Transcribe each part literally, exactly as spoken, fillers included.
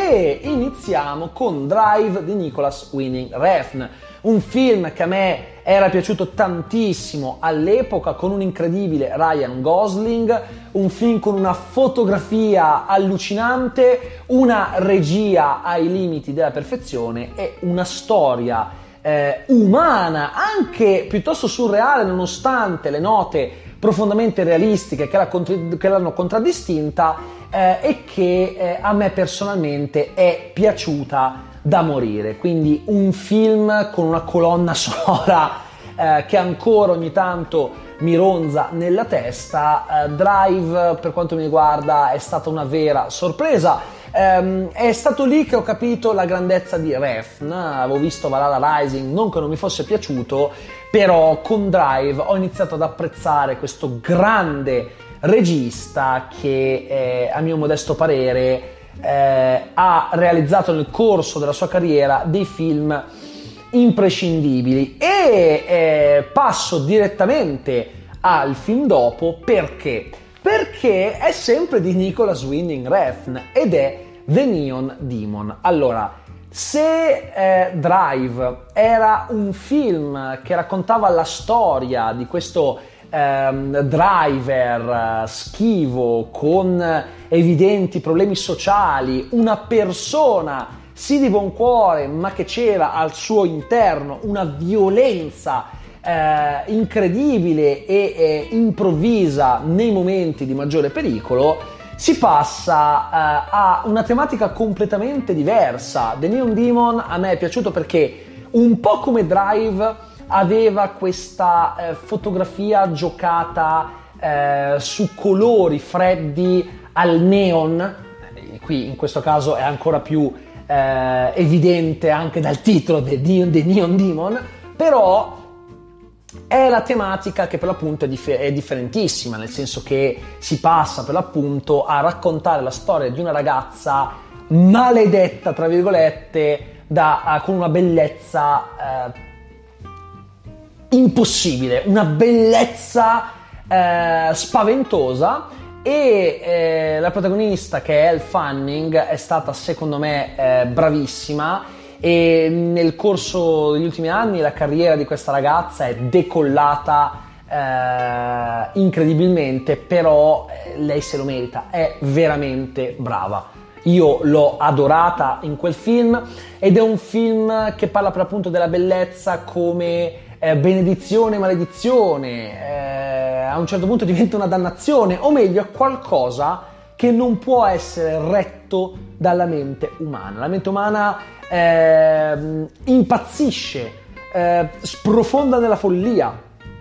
e iniziamo con Drive di Nicolas Winding Refn, un film che a me era piaciuto tantissimo all'epoca, con un incredibile Ryan Gosling, un film con una fotografia allucinante, una regia ai limiti della perfezione e una storia eh, umana, anche piuttosto surreale, nonostante le note profondamente realistiche che, la contra- che l'hanno contraddistinta eh, e che eh, a me personalmente è piaciuta da morire. Quindi un film con una colonna sonora eh, che ancora ogni tanto mi ronza nella testa. eh, Drive, per quanto mi riguarda, è stata una vera sorpresa. Um, è stato lì che ho capito la grandezza di Refn. Avevo visto Valhalla Rising, non che non mi fosse piaciuto, però con Drive ho iniziato ad apprezzare questo grande regista che eh, a mio modesto parere eh, ha realizzato nel corso della sua carriera dei film imprescindibili. E eh, passo direttamente al film dopo. Perché? Perché è sempre di Nicolas Winding Refn ed è The Neon Demon. Allora, se eh, Drive era un film che raccontava la storia di questo ehm, driver eh, schivo con evidenti problemi sociali, una persona sì di buon cuore, ma che c'era al suo interno una violenza Eh, incredibile e eh, improvvisa nei momenti di maggiore pericolo, si passa eh, a una tematica completamente diversa. The Neon Demon a me è piaciuto perché, un po' come Drive, aveva questa eh, fotografia giocata eh, su colori freddi al neon. Qui in questo caso è ancora più eh, evidente anche dal titolo The Neon, The Neon Demon, però è la tematica che per l'appunto è, dif- è differentissima, nel senso che si passa per l'appunto a raccontare la storia di una ragazza maledetta, tra virgolette, da, uh, con una bellezza uh, impossibile, una bellezza uh, spaventosa. E eh, la protagonista, che è Elle Fanning, è stata secondo me eh, bravissima, e nel corso degli ultimi anni la carriera di questa ragazza è decollata eh, incredibilmente, però eh, lei se lo merita, è veramente brava. Io l'ho adorata in quel film, ed è un film che parla per l'appunto della bellezza come eh, benedizione e maledizione. Eh, a un certo punto diventa una dannazione, o meglio qualcosa che non può essere retto dalla mente umana. La mente umana eh, impazzisce, eh, sprofonda nella follia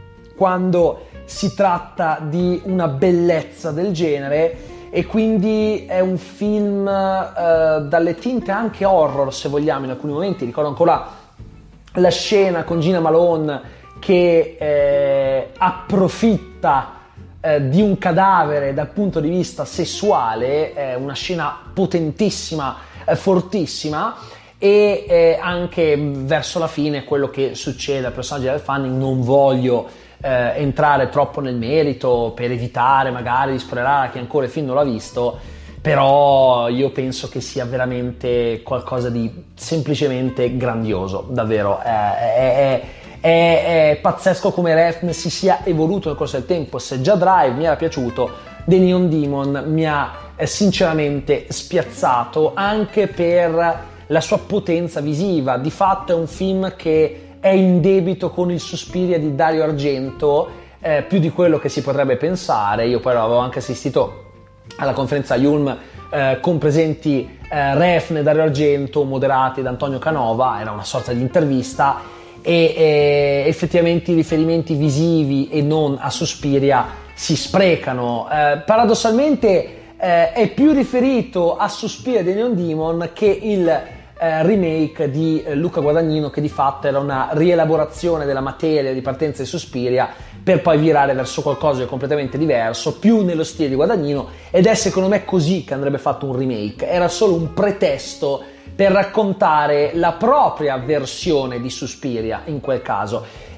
quando si tratta di una bellezza del genere, e quindi è un film eh, dalle tinte anche horror, se vogliamo, in alcuni momenti. Ricordo ancora la scena con Gina Malone che eh, approfitta Eh, di un cadavere dal punto di vista sessuale, è una scena potentissima, eh, fortissima. E eh, anche verso la fine quello che succede al personaggio di Elle Fanning, non voglio eh, entrare troppo nel merito per evitare magari di spoilerare a chi ancora il film non l'ha visto, però io penso che sia veramente qualcosa di semplicemente grandioso, davvero. eh, è, è È, è pazzesco come Refn si sia evoluto nel corso del tempo. Se già Drive mi era piaciuto, The Neon Demon mi ha eh, sinceramente spiazzato, anche per la sua potenza visiva. Di fatto è un film che è in debito con il Suspiria di Dario Argento, eh, più di quello che si potrebbe pensare. Io poi avevo anche assistito alla conferenza Yulm eh, con presenti eh, Refn e Dario Argento, moderati da Antonio Canova. Era una sorta di intervista, e eh, effettivamente i riferimenti visivi e non a Suspiria si sprecano. Eh, paradossalmente eh, è più riferito a Suspiria di Neon Demon che il eh, remake di eh, Luca Guadagnino, che di fatto era una rielaborazione della materia di partenza di Suspiria, per poi virare verso qualcosa di completamente diverso, più nello stile di Guadagnino, ed è secondo me così che andrebbe fatto un remake. Era solo un pretesto per raccontare la propria versione di Suspiria in quel caso.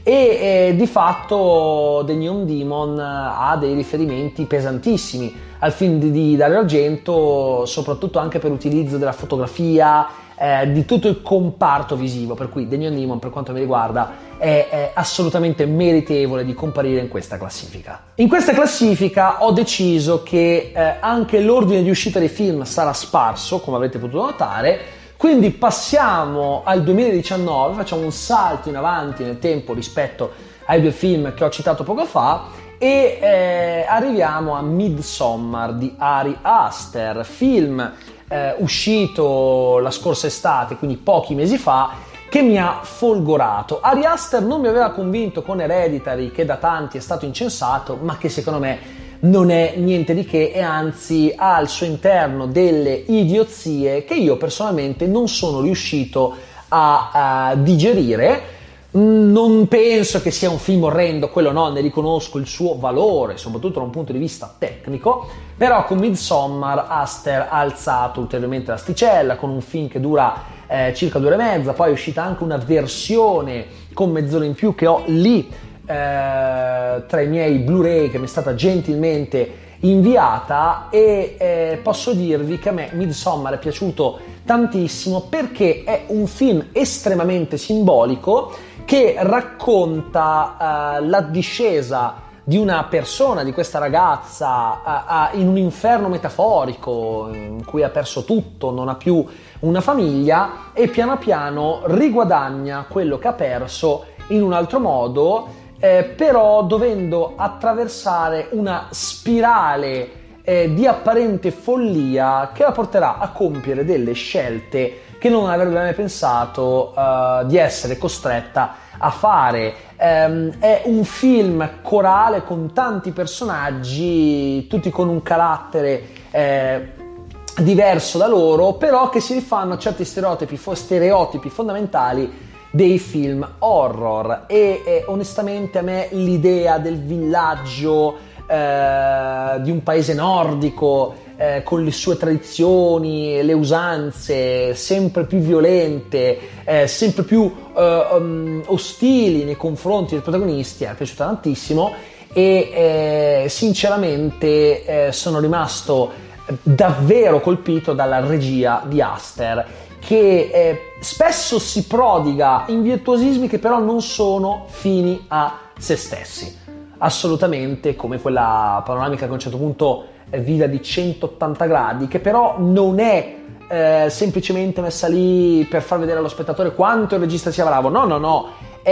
e eh, di fatto The Neon Demon ha dei riferimenti pesantissimi al film di, di Dario Argento, soprattutto anche per l'utilizzo della fotografia, eh, di tutto il comparto visivo, per cui The Neon Demon, per quanto mi riguarda, è, è assolutamente meritevole di comparire in questa classifica. In questa classifica ho deciso che eh, anche l'ordine di uscita dei film sarà sparso, come avrete potuto notare, quindi passiamo al duemiladiciannove, facciamo un salto in avanti nel tempo rispetto ai due film che ho citato poco fa e eh, arriviamo a Midsommar di Ari Aster, film eh, uscito la scorsa estate, quindi pochi mesi fa, che mi ha folgorato. Ari Aster non mi aveva convinto con Hereditary, che da tanti è stato incensato, ma che secondo me non è niente di che e anzi ha al suo interno delle idiozie che io personalmente non sono riuscito a, a digerire. Non penso che sia un film orrendo, quello no, ne riconosco il suo valore, soprattutto da un punto di vista tecnico, però con Midsommar Aster ha alzato ulteriormente l'asticella con un film che dura eh, circa due ore e mezza, poi è uscita anche una versione con mezz'ora in più che ho lì eh, tra i miei Blu-ray che mi è stata gentilmente inviata e eh, posso dirvi che a me Midsommar è piaciuto tantissimo perché è un film estremamente simbolico che racconta uh, la discesa di una persona, di questa ragazza uh, uh, in un inferno metaforico in cui ha perso tutto, non ha più una famiglia e piano piano riguadagna quello che ha perso in un altro modo, eh, però dovendo attraversare una spirale eh, di apparente follia che la porterà a compiere delle scelte che non avrebbe mai pensato uh, di essere costretta a fare. Um, è un film corale con tanti personaggi, tutti con un carattere eh, diverso da loro, però che si rifanno a certi stereotipi, stereotipi fondamentali dei film horror e, e onestamente a me l'idea del villaggio eh, di un paese nordico Eh, con le sue tradizioni, le usanze sempre più violente, eh, sempre più eh, um, ostili nei confronti dei protagonisti, è piaciuta tantissimo e eh, sinceramente eh, sono rimasto davvero colpito dalla regia di Aster, che eh, spesso si prodiga in virtuosismi che però non sono fini a se stessi, assolutamente, come quella panoramica che a un certo punto vita di centottanta gradi, che però non è eh, semplicemente messa lì per far vedere allo spettatore quanto il regista sia bravo, no no no,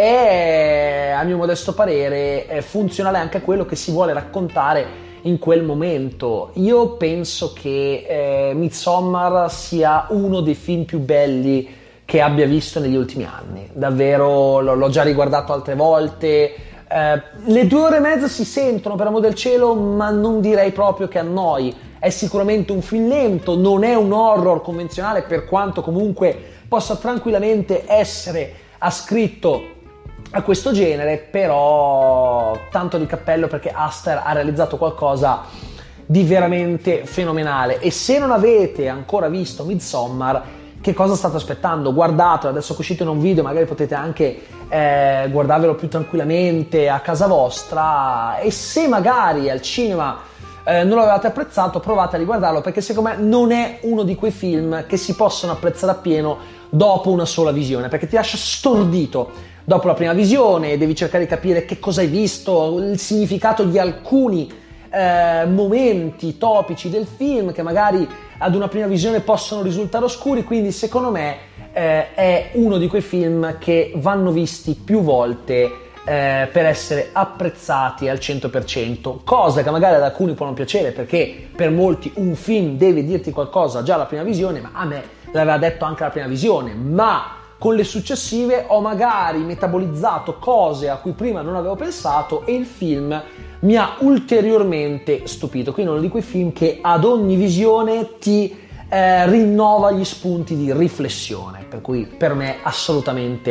è a mio modesto parere è funzionale anche a quello che si vuole raccontare in quel momento. Io penso che eh, Midsommar sia uno dei film più belli che abbia visto negli ultimi anni, davvero l'ho già riguardato altre volte. Uh, le due ore e mezza si sentono, per amor del cielo, ma non direi proprio che annoi. È sicuramente un film lento, non è un horror convenzionale, per quanto comunque possa tranquillamente essere ascritto a questo genere, però tanto di cappello perché Aster ha realizzato qualcosa di veramente fenomenale. E se non avete ancora visto Midsommar, che cosa state aspettando? Guardatelo, adesso che è uscito in un video magari potete anche eh, guardarvelo più tranquillamente a casa vostra, e se magari al cinema eh, non l'avete apprezzato, provate a riguardarlo, perché secondo me non è uno di quei film che si possono apprezzare appieno dopo una sola visione, perché ti lascia stordito dopo la prima visione, devi cercare di capire che cosa hai visto, il significato di alcuni eh, momenti topici del film che magari ad una prima visione possono risultare oscuri, quindi secondo me eh, è uno di quei film che vanno visti più volte eh, per essere apprezzati al cento per cento, cosa che magari ad alcuni può non piacere, perché per molti un film deve dirti qualcosa già alla prima visione, ma a me l'aveva detto anche alla prima visione, ma con le successive ho magari metabolizzato cose a cui prima non avevo pensato e il film mi ha ulteriormente stupito. Quindi è uno di quei film che ad ogni visione ti eh, rinnova gli spunti di riflessione, per cui per me assolutamente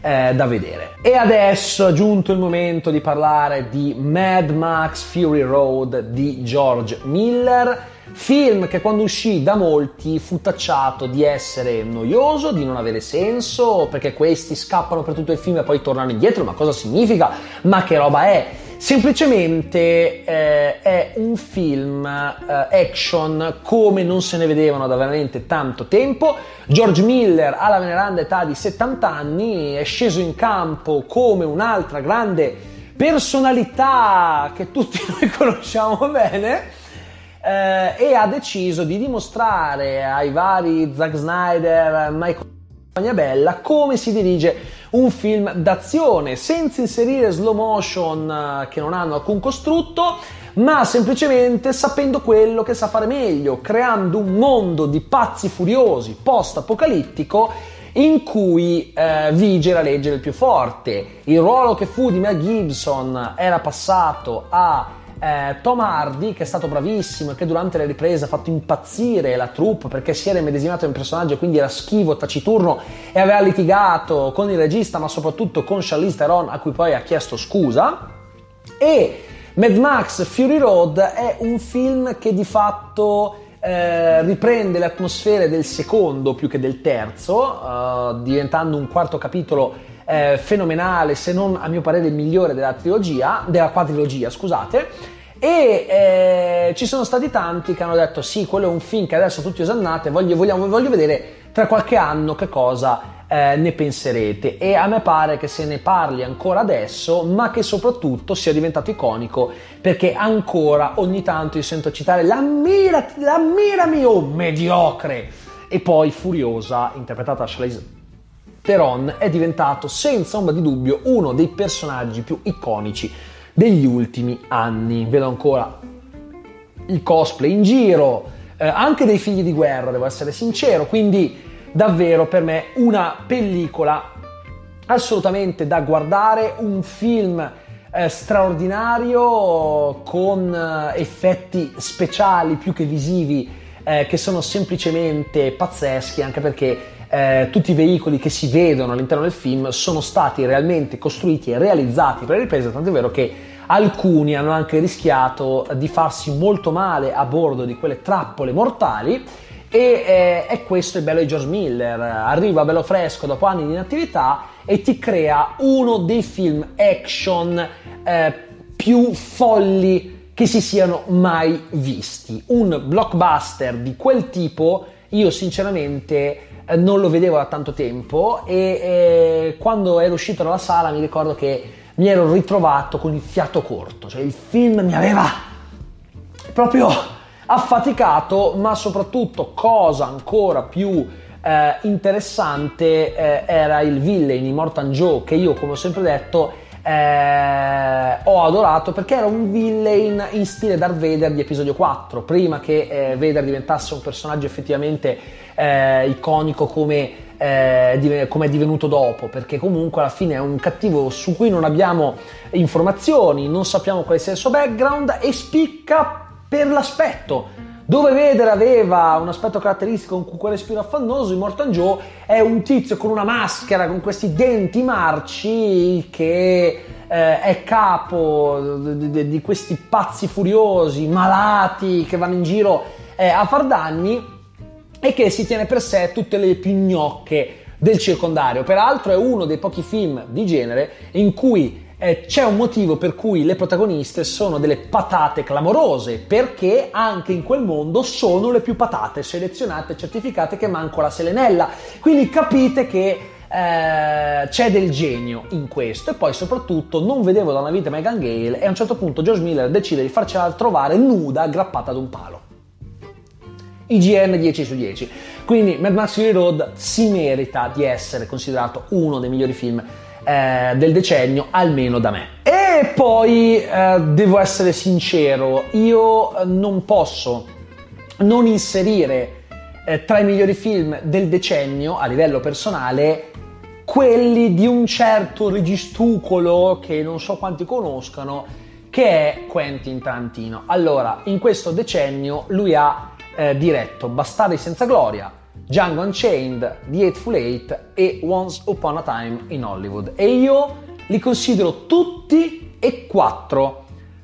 eh, da vedere. E adesso è giunto il momento di parlare di Mad Max Fury Road di George Miller, film che quando uscì da molti fu tacciato di essere noioso, di non avere senso, perché questi scappano per tutto il film e poi tornano indietro. Ma cosa significa? Ma che roba è? Semplicemente eh, è un film eh, action come non se ne vedevano da veramente tanto tempo. George Miller, alla veneranda età di settanta anni, è sceso in campo come un'altra grande personalità che tutti noi conosciamo bene, eh, e ha deciso di dimostrare ai vari Zack Snyder, Michael bella come si dirige un film d'azione, senza inserire slow motion che non hanno alcun costrutto, ma semplicemente sapendo quello che sa fare meglio, creando un mondo di pazzi furiosi post-apocalittico in cui eh, vige la legge del più forte. Il ruolo che fu di Mel Gibson era passato a Eh, Tom Hardy, che è stato bravissimo e che durante le riprese ha fatto impazzire la troupe perché si era immedesimato in personaggio e quindi era schivo, taciturno e aveva litigato con il regista ma soprattutto con Charlize Theron, a cui poi ha chiesto scusa. E Mad Max Fury Road è un film che di fatto eh, riprende le atmosfere del secondo più che del terzo, eh, diventando un quarto capitolo Eh, fenomenale, se non a mio parere il migliore della trilogia, della quadrilogia, scusate. E eh, ci sono stati tanti che hanno detto sì, quello è un film che adesso tutti osannate, voglio, vogliamo, voglio vedere tra qualche anno che cosa eh, ne penserete. E a me pare che se ne parli ancora adesso, ma che soprattutto sia diventato iconico, perché ancora ogni tanto io sento citare l'ammirati, l'ammirami, oh mediocre, e poi Furiosa, interpretata da Charlize Theron, è diventato senza ombra di dubbio uno dei personaggi più iconici degli ultimi anni. Vedo ancora il cosplay in giro, eh, anche dei Figli di guerra, devo essere sincero, quindi davvero per me una pellicola assolutamente da guardare, un film eh, straordinario con eh, effetti speciali più che visivi eh, che sono semplicemente pazzeschi, anche perché Eh, tutti i veicoli che si vedono all'interno del film sono stati realmente costruiti e realizzati per le riprese, tant'è vero che alcuni hanno anche rischiato di farsi molto male a bordo di quelle trappole mortali. E eh, è questo il bello di George Miller: arriva bello fresco dopo anni di inattività e ti crea uno dei film action eh, più folli che si siano mai visti. Un blockbuster di quel tipo io sinceramente non lo vedevo da tanto tempo, e eh, quando ero uscito dalla sala mi ricordo che mi ero ritrovato con il fiato corto, cioè il film mi aveva proprio affaticato. Ma soprattutto, cosa ancora più eh, interessante, eh, era il villain, Immortan Joe, che io, come ho sempre detto, eh, ho adorato, perché era un villain in stile Darth Vader di episodio quattro, prima che eh, Vader diventasse un personaggio effettivamente Eh, iconico come eh, come è divenuto dopo, perché comunque alla fine è un cattivo su cui non abbiamo informazioni, non sappiamo quale sia il suo background, e spicca per l'aspetto. Dove Vader aveva un aspetto caratteristico con quel respiro affannoso, Immortan Joe è un tizio con una maschera, con questi denti marci, che eh, è capo di, di, di questi pazzi furiosi, malati, che vanno in giro eh, a far danni, e che si tiene per sé tutte le più gnocche del circondario. Peraltro è uno dei pochi film di genere in cui eh, c'è un motivo per cui le protagoniste sono delle patate clamorose, perché anche in quel mondo sono le più patate, selezionate e certificate, che manco la selenella. Quindi capite che eh, c'è del genio in questo. E poi soprattutto non vedevo da una vita Megan Gale, e a un certo punto George Miller decide di farcela trovare nuda aggrappata ad un palo. I G N dieci su dieci. Quindi Mad Max Fury Road si merita di essere considerato uno dei migliori film eh, del decennio, almeno da me. E poi eh, devo essere sincero, io non posso non inserire eh, tra i migliori film del decennio a livello personale quelli di un certo registucolo che non so quanti conoscano, che è Quentin Tarantino. Allora, in questo decennio lui ha Eh, diretto Bastardi senza gloria, Django Unchained, The Hateful Eight e Once Upon a Time in Hollywood, e io li considero tutti e quattro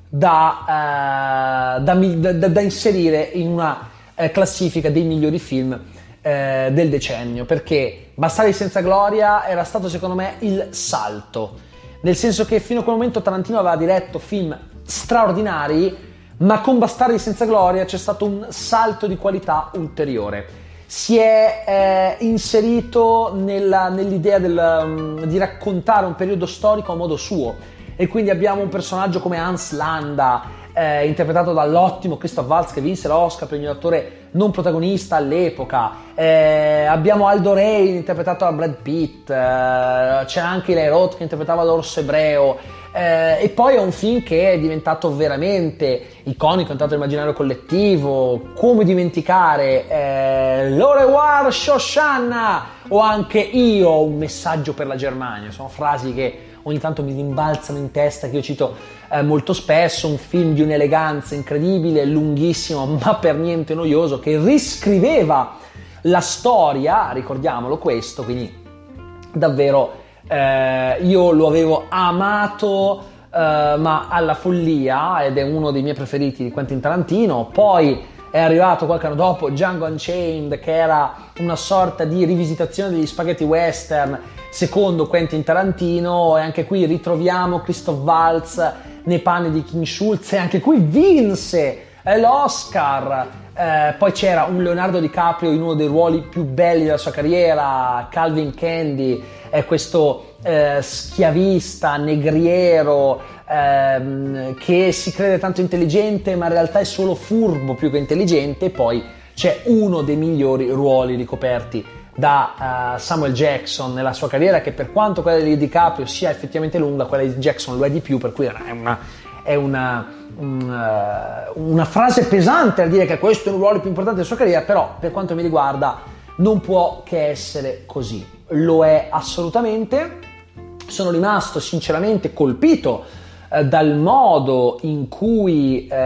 da, uh, da, da, da inserire in una uh, classifica dei migliori film uh, del decennio, perché Bastardi senza gloria era stato secondo me il salto, nel senso che fino a quel momento Tarantino aveva diretto film straordinari, ma con Bastardi senza gloria c'è stato un salto di qualità ulteriore. Si è eh, inserito nella, nell'idea del, um, di raccontare un periodo storico a modo suo, e quindi abbiamo un personaggio come Hans Landa, eh, interpretato dall'ottimo Christoph Waltz, che vinse l'Oscar per miglior attore non protagonista all'epoca. Eh, abbiamo Aldo Ray interpretato da Brad Pitt, eh, c'è anche Eli Roth che interpretava l'orso ebreo. Eh, e poi è un film che è diventato veramente iconico, è entrato nell'immaginario collettivo. Come dimenticare eh, L'Au revoir Shoshana, o anche Io ho un messaggio per la Germania. Sono frasi che ogni tanto mi rimbalzano in testa, che io cito eh, molto spesso. Un film di un'eleganza incredibile, lunghissimo ma per niente noioso, che riscriveva la storia, ricordiamolo questo, quindi davvero Eh, io lo avevo amato eh, ma alla follia, ed è uno dei miei preferiti di Quentin Tarantino. Poi è arrivato qualche anno dopo Django Unchained, che era una sorta di rivisitazione degli spaghetti western secondo Quentin Tarantino, e anche qui ritroviamo Christoph Waltz nei panni di King Schultz, e anche qui vinse eh, l'Oscar. Eh, poi c'era un Leonardo DiCaprio in uno dei ruoli più belli della sua carriera, Calvin Candy, è questo eh, schiavista negriero ehm, che si crede tanto intelligente ma in realtà è solo furbo più che intelligente. E poi c'è uno dei migliori ruoli ricoperti da uh, Samuel Jackson nella sua carriera, che per quanto quella di DiCaprio sia effettivamente lunga, quella di Jackson lo è di più, per cui è una, è una una, una frase pesante a dire che questo è un ruolo più importante della sua carriera, però per quanto mi riguarda non può che essere così. Lo è assolutamente. Sono rimasto sinceramente colpito eh, dal modo in cui eh,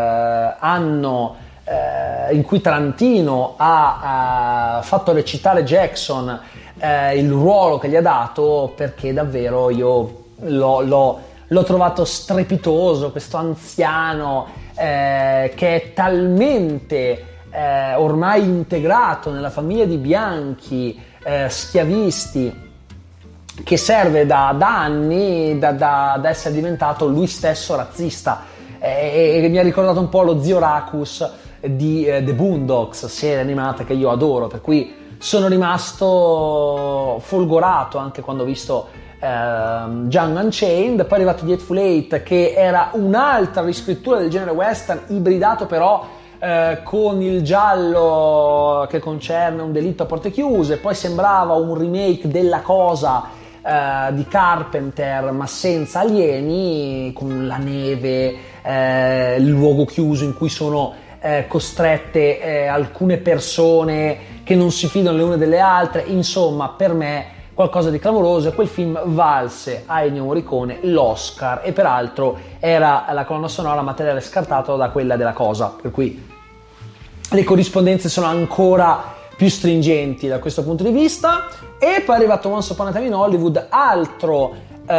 hanno eh, in cui Tarantino ha, ha fatto recitare Jackson, eh, il ruolo che gli ha dato, perché davvero io l'ho, l'ho L'ho trovato strepitoso, questo anziano eh, che è talmente eh, ormai integrato nella famiglia di bianchi, eh, schiavisti, che serve da, da anni da, da, da essere diventato lui stesso razzista. E, e mi ha ricordato un po' lo zio Racus di eh, The Boondocks, serie animata che io adoro, per cui sono rimasto folgorato anche quando ho visto Uh, Django Unchained. Poi è arrivato The Hateful Eight, che era un'altra riscrittura del genere western, ibridato però uh, con il giallo che concerne un delitto a porte chiuse. Poi sembrava un remake della Cosa uh, di Carpenter, ma senza alieni, con la neve, uh, il luogo chiuso in cui sono uh, costrette uh, alcune persone che non si fidano le une delle altre. Insomma, per me qualcosa di clamoroso, e quel film valse a Ennio Morricone l'Oscar, e peraltro era la colonna sonora materiale scartato da quella della Cosa, per cui le corrispondenze sono ancora più stringenti da questo punto di vista. E poi è arrivato Once Upon a Time in Hollywood, altro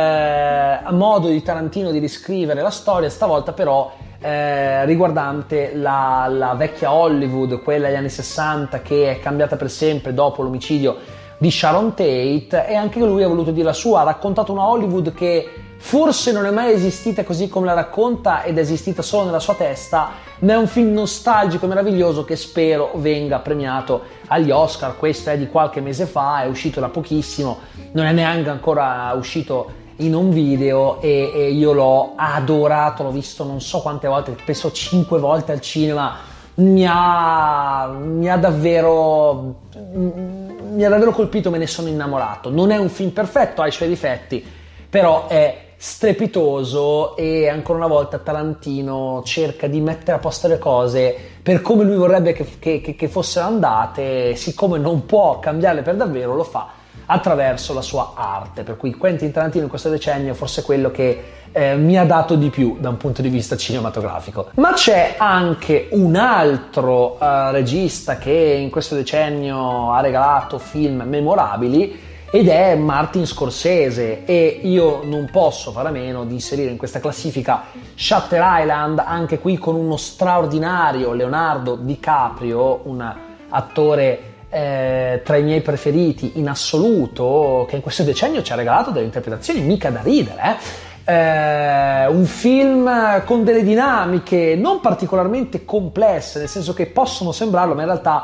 eh, modo di Tarantino di riscrivere la storia, stavolta però eh, riguardante la, la vecchia Hollywood, quella degli anni sessanta, che è cambiata per sempre dopo l'omicidio di Sharon Tate, e anche lui ha voluto dire la sua. Ha raccontato una Hollywood che forse non è mai esistita così come la racconta, ed è esistita solo nella sua testa, ma è un film nostalgico e meraviglioso che spero venga premiato agli Oscar. Questo è di qualche mese fa, è uscito da pochissimo, non è neanche ancora uscito in un video, e, e io l'ho adorato, l'ho visto non so quante volte, penso cinque volte al cinema. Mi ha, mi ha davvero mi ha davvero colpito, me ne sono innamorato. Non è un film perfetto, ha i suoi difetti, però è strepitoso, e ancora una volta Tarantino cerca di mettere a posto le cose per come lui vorrebbe che, che, che fossero andate. Siccome non può cambiarle per davvero, lo fa attraverso la sua arte, per cui Quentin Tarantino in questo decennio forse è quello che eh, mi ha dato di più da un punto di vista cinematografico. Ma c'è anche un altro uh, regista che in questo decennio ha regalato film memorabili ed è Martin Scorsese, e io non posso fare a meno di inserire in questa classifica Shutter Island, anche qui con uno straordinario Leonardo DiCaprio, un attore Eh, tra i miei preferiti in assoluto, che in questo decennio ci ha regalato delle interpretazioni mica da ridere, eh? Eh, un film con delle dinamiche non particolarmente complesse, nel senso che possono sembrarlo, ma in realtà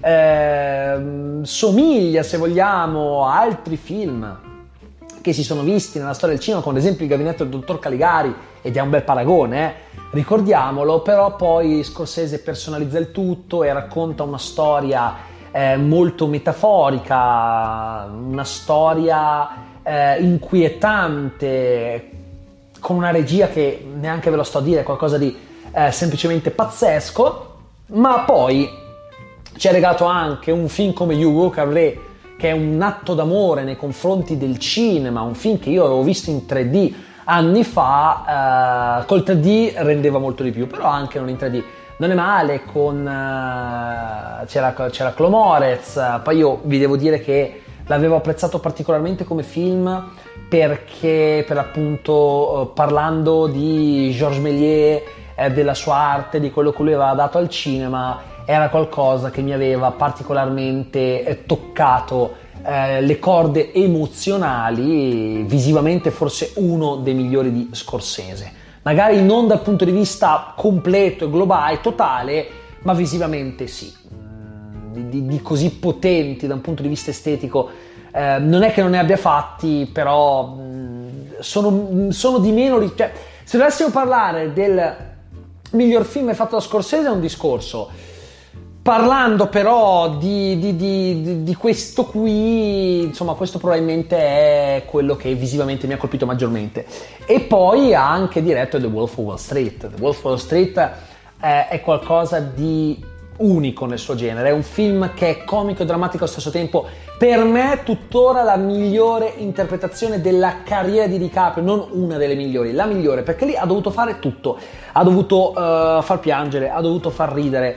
eh, somiglia, se vogliamo, a altri film che si sono visti nella storia del cinema, come ad esempio Il gabinetto del dottor Caligari, ed è un bel paragone, eh? Ricordiamolo, però poi Scorsese personalizza il tutto e racconta una storia Eh, molto metaforica, una storia eh, inquietante, con una regia che neanche ve lo sto a dire, qualcosa di eh, semplicemente pazzesco. Ma poi ci ha regalato anche un film come Hugo Cabré, che è un atto d'amore nei confronti del cinema, un film che io avevo visto in tre D anni fa, eh, col tre D rendeva molto di più, però anche non in tre D non è male, con uh, c'era, c'era Chloe Moretz. Poi io vi devo dire che l'avevo apprezzato particolarmente come film perché, per appunto, uh, parlando di Georges Méliès, eh, della sua arte, di quello che lui aveva dato al cinema, era qualcosa che mi aveva particolarmente eh, toccato eh, le corde emozionali. Visivamente forse uno dei migliori di Scorsese, magari non dal punto di vista completo e globale, totale, ma visivamente sì, di, di, di così potenti da un punto di vista estetico. Eh, non è che non ne abbia fatti, però mh, sono, sono di meno, cioè, se dovessimo parlare del miglior film fatto da Scorsese è un discorso. Parlando però di, di, di, di questo qui, insomma, questo probabilmente è quello che visivamente mi ha colpito maggiormente. E poi ha anche diretto The Wolf of Wall Street. The Wolf of Wall Street è, è qualcosa di unico nel suo genere, è un film che è comico e drammatico allo stesso tempo. Per me è tuttora la migliore interpretazione della carriera di DiCaprio, non una delle migliori, la migliore, perché lì ha dovuto fare tutto, ha dovuto uh, far piangere, ha dovuto far ridere,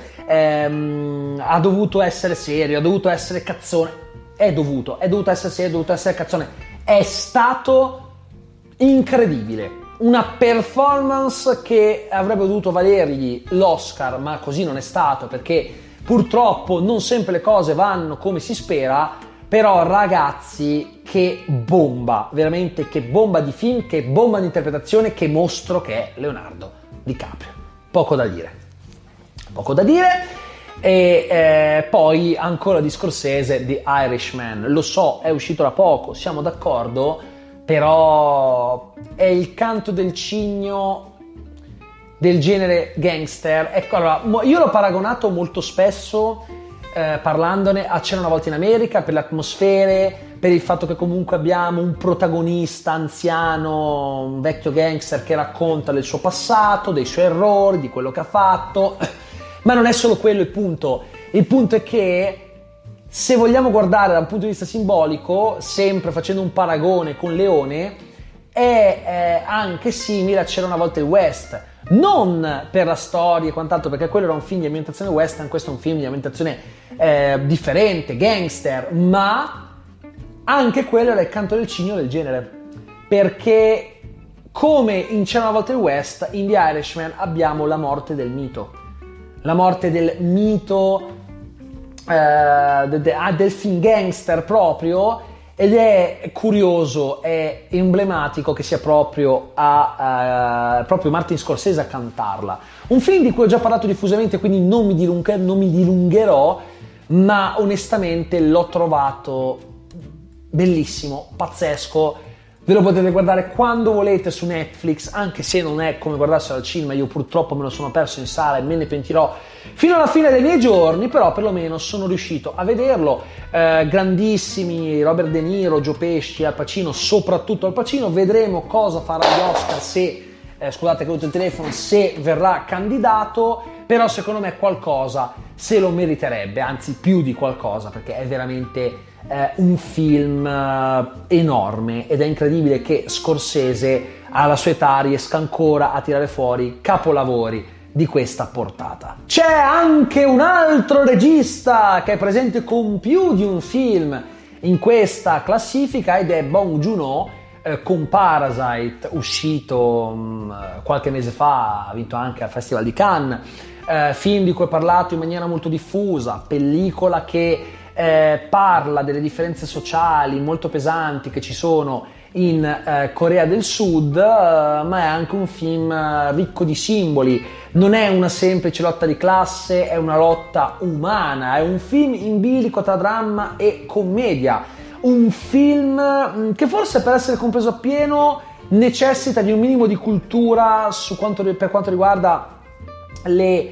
ehm, ha dovuto essere serio, ha dovuto essere cazzone, è dovuto, è dovuto essere serio, è dovuto essere cazzone, è stato incredibile. Una performance che avrebbe dovuto valergli l'Oscar, ma così non è stato, perché purtroppo non sempre le cose vanno come si spera. Però ragazzi, che bomba, veramente che bomba di film, che bomba di interpretazione, che mostro che è Leonardo DiCaprio. Poco da dire, poco da dire. E eh, poi ancora di Scorsese, The Irishman. Lo so, è uscito da poco, siamo d'accordo, però è il canto del cigno del genere gangster. Ecco, allora, io l'ho paragonato molto spesso, eh, parlandone, a C'era una volta in America, per le atmosfere, per il fatto che comunque abbiamo un protagonista anziano, un vecchio gangster che racconta del suo passato, dei suoi errori, di quello che ha fatto. Ma non è solo quello il punto. Il punto è che, se vogliamo guardare da un punto di vista simbolico, sempre facendo un paragone con Leone, è eh, anche simile a C'era una volta il West. Non per la storia e quant'altro, perché quello era un film di ambientazione western, questo è un film di ambientazione eh, differente, gangster, ma anche quello era il canto del cigno del genere, perché come in C'era una volta il West, in The Irishman abbiamo la morte del mito, la morte del mito eh, de, de, ah, del film gangster proprio. Ed è curioso, è emblematico che sia proprio, a, uh, proprio Martin Scorsese a cantarla. Un film di cui ho già parlato diffusamente, quindi non mi, dilung- non mi dilungherò, ma onestamente l'ho trovato bellissimo, pazzesco. Ve lo potete guardare quando volete su Netflix, anche se non è come guardarselo al cinema. Io purtroppo me lo sono perso in sala e me ne pentirò fino alla fine dei miei giorni, però perlomeno sono riuscito a vederlo. Eh, grandissimi Robert De Niro, Joe Pesci, Al Pacino, soprattutto Al Pacino. Vedremo cosa farà gli Oscar, se eh, scusate che ho avuto il telefono, se verrà candidato, però secondo me qualcosa se lo meriterebbe, anzi più di qualcosa, perché è veramente eh, un film eh, enorme, ed è incredibile che Scorsese alla sua età riesca ancora a tirare fuori capolavori di questa portata. C'è anche un altro regista che è presente con più di un film in questa classifica, ed è Bong Joon-ho, eh, con Parasite, uscito mh, qualche mese fa, ha vinto anche al Festival di Cannes, eh, film di cui ho parlato in maniera molto diffusa, pellicola che eh, parla delle differenze sociali molto pesanti che ci sono in eh, Corea del Sud, eh, ma è anche un film eh, ricco di simboli. Non è una semplice lotta di classe, è una lotta umana, è un film in bilico tra dramma e commedia, un film mh, che forse per essere compreso appieno necessita di un minimo di cultura su quanto, per quanto riguarda le,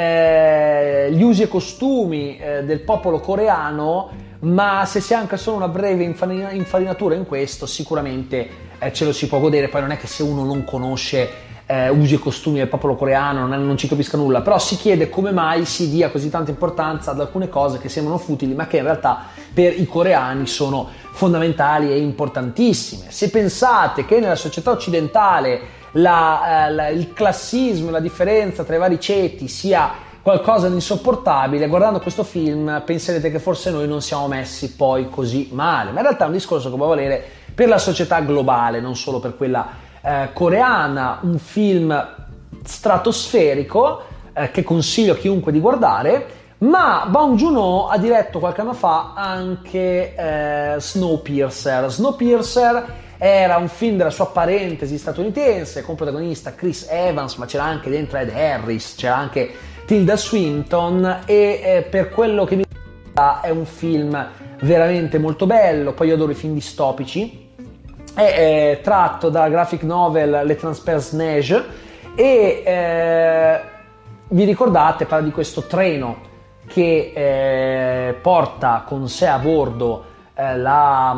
eh, gli usi e costumi eh, del popolo coreano, ma se si ha anche solo una breve infarinatura in questo, sicuramente eh, ce lo si può godere. Poi non è che se uno non conosce eh, usi e costumi del popolo coreano non, non ci capisca nulla, però si chiede come mai si dia così tanta importanza ad alcune cose che sembrano futili, ma che in realtà per i coreani sono fondamentali e importantissime. Se pensate che nella società occidentale la, eh, la, il classismo e la differenza tra i vari ceti sia qualcosa di insopportabile, guardando questo film penserete che forse noi non siamo messi poi così male, ma in realtà è un discorso che può valere per la società globale, non solo per quella eh, coreana. Un film stratosferico eh, che consiglio a chiunque di guardare. Ma Bong Joon-ho ha diretto qualche anno fa anche eh, Snowpiercer. Snowpiercer era un film della sua parentesi statunitense con protagonista Chris Evans, ma c'era anche dentro Ed Harris, c'era anche Tilda Swinton, e eh, per quello che mi riguarda è un film veramente molto bello. Poi io adoro i film distopici. È eh, tratto dalla graphic novel Le Transperce Neige e eh, vi ricordate, parla di questo treno che eh, porta con sé a bordo eh, la,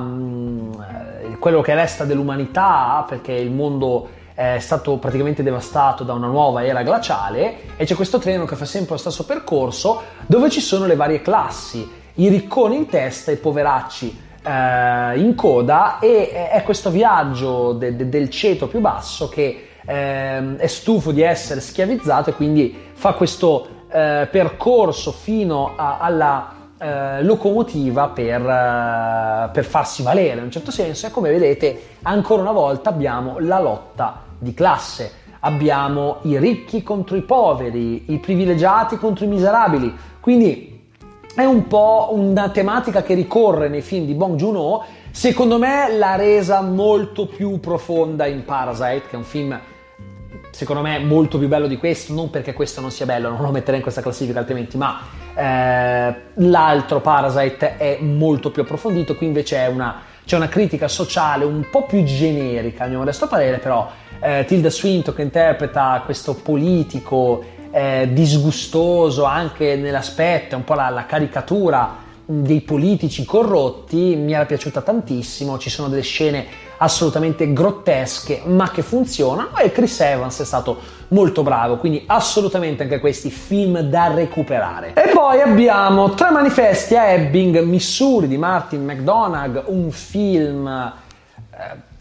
mh, quello che resta dell'umanità, perché il mondo è stato praticamente devastato da una nuova era glaciale, e c'è questo treno che fa sempre lo stesso percorso dove ci sono le varie classi, i ricconi in testa e i poveracci eh, in coda, e è questo viaggio de- de- del ceto più basso che eh, è stufo di essere schiavizzato e quindi fa questo eh, percorso fino a- alla eh, locomotiva per, eh, per farsi valere in un certo senso. E come vedete, ancora una volta abbiamo la lotta di classe, abbiamo i ricchi contro i poveri, i privilegiati contro i miserabili, quindi è un po' una tematica che ricorre nei film di Bong Joon-ho. Secondo me l'ha resa molto più profonda in Parasite, che è un film secondo me molto più bello di questo, non perché questo non sia bello, non lo metterei in questa classifica altrimenti, ma eh, l'altro Parasite è molto più approfondito. Qui invece è una, c'è una critica sociale un po' più generica, a mio modesto parere, però eh, Tilda Swinton, che interpreta questo politico eh, disgustoso anche nell'aspetto, è un po' la, la caricatura dei politici corrotti, mi era piaciuta tantissimo. Ci sono delle scene assolutamente grottesche ma che funzionano, e Chris Evans è stato molto bravo, quindi assolutamente anche questi film da recuperare. E poi abbiamo Tre manifesti a Ebbing, Missouri di Martin McDonagh, un film eh,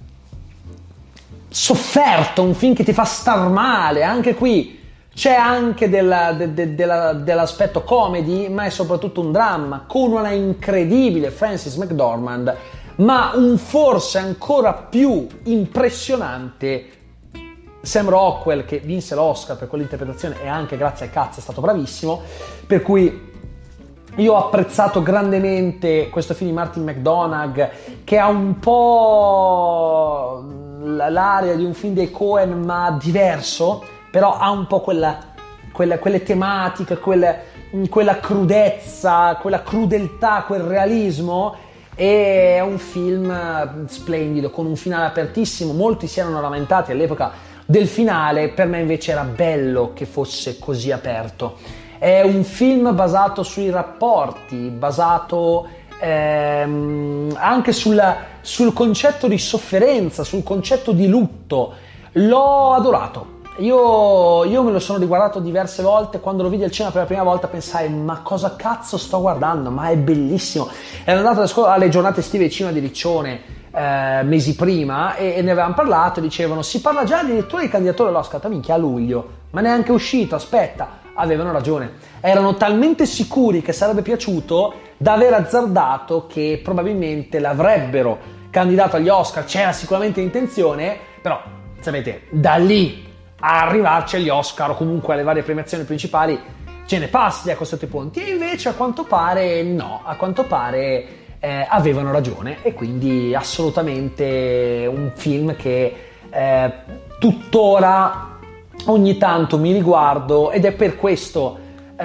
sofferto, un film che ti fa star male. Anche qui c'è anche della, de, de, della, dell'aspetto comedy, ma è soprattutto un dramma con una incredibile Frances McDormand, ma un forse ancora più impressionante Sam Rockwell, che vinse l'Oscar per quell'interpretazione e anche grazie al cazzo è stato bravissimo, per cui io ho apprezzato grandemente questo film di Martin McDonagh, che ha un po' l'aria di un film dei Coen ma diverso, però ha un po' quella, quella, quelle tematiche, quella, quella crudezza, quella crudeltà, quel realismo. E è un film splendido, con un finale apertissimo. Molti si erano lamentati all'epoca del finale, per me invece era bello che fosse così aperto. È un film basato sui rapporti, basato ehm, anche sul, sul concetto di sofferenza, sul concetto di lutto. L'ho adorato. io, io me lo sono riguardato diverse volte. Quando lo vidi al cinema per la prima volta pensai: ma cosa cazzo sto guardando? Ma è bellissimo. Ero andato alle giornate estive al cinema di Riccione eh, mesi prima e, e ne avevamo parlato e dicevano: si parla già addirittura di candidatura all'Oscar. Minchia, a luglio, ma neanche uscito, aspetta. Avevano ragione, erano talmente sicuri che sarebbe piaciuto da aver azzardato che probabilmente l'avrebbero candidato agli Oscar. C'era sicuramente intenzione, però sapete, da lì a arrivarci agli Oscar o comunque alle varie premiazioni principali ce ne passi a questi punti. E invece a quanto pare no, a quanto pare eh, avevano ragione, e quindi assolutamente un film che eh, tuttora ogni tanto mi riguardo, ed è per questo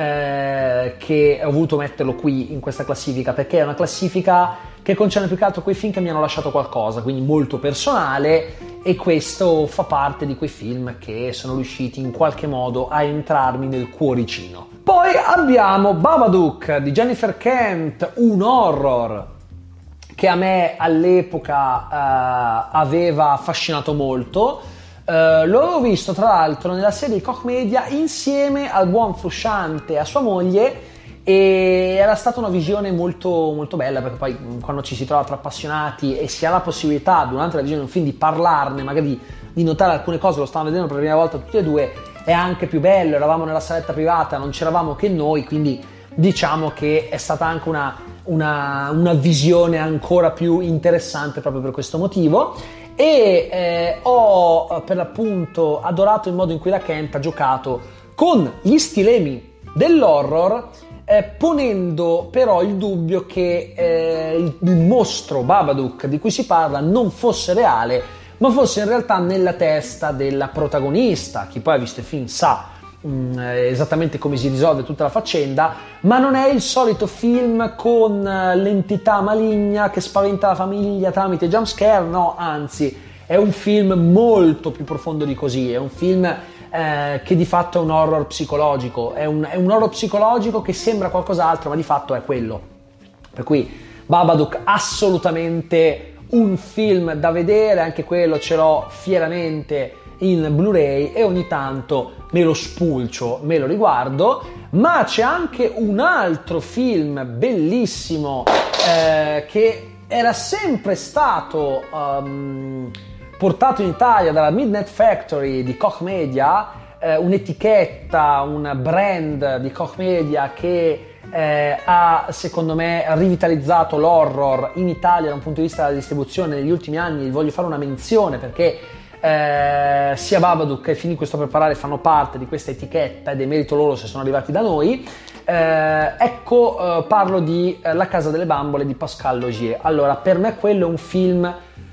eh, che ho voluto metterlo qui in questa classifica, perché è una classifica che concerne più che altro quei film che mi hanno lasciato qualcosa, quindi molto personale, e questo fa parte di quei film che sono riusciti in qualche modo a entrarmi nel cuoricino. Poi abbiamo Babadook di Jennifer Kent, un horror che a me all'epoca eh, aveva affascinato molto. Uh, l'ho visto tra l'altro nella serie di Koch Media insieme al buon Frusciante e a sua moglie, e era stata una visione molto, molto bella, perché poi quando ci si trova tra appassionati e si ha la possibilità durante la visione di un film di parlarne, magari di, di notare alcune cose, lo stavamo vedendo per la prima volta tutti e due, è anche più bello. Eravamo nella saletta privata, non c'eravamo che noi, quindi diciamo che è stata anche una, una, una visione ancora più interessante proprio per questo motivo. E eh, ho per l'appunto adorato il modo in cui la Kent ha giocato con gli stilemi dell'horror, eh, ponendo però il dubbio che eh, il, il mostro Babadook di cui si parla non fosse reale, ma fosse in realtà nella testa della protagonista. Chi poi ha visto il film sa mh, esattamente come si risolve tutta la faccenda, ma non è il solito film con l'entità maligna che spaventa la famiglia tramite jumpscare, no, anzi è un film molto più profondo di così. È un film eh, che di fatto è un horror psicologico, è un, è un horror psicologico che sembra qualcos'altro ma di fatto è quello. Per cui Babadook assolutamente un film da vedere, anche quello ce l'ho fieramente in Blu-ray e ogni tanto me lo spulcio, me lo riguardo. Ma c'è anche un altro film bellissimo eh, che era sempre stato um, portato in Italia dalla Midnight Factory di Koch Media, eh, un'etichetta, un brand di Koch Media che eh, ha secondo me rivitalizzato l'horror in Italia da un punto di vista della distribuzione negli ultimi anni. Voglio fare una menzione perché Eh, sia Babadook che i film di cui sto per parlare fanno parte di questa etichetta ed è merito loro se sono arrivati da noi. Eh, ecco, eh, parlo di eh, La casa delle bambole di Pascal Laugier. Allora, per me quello è un film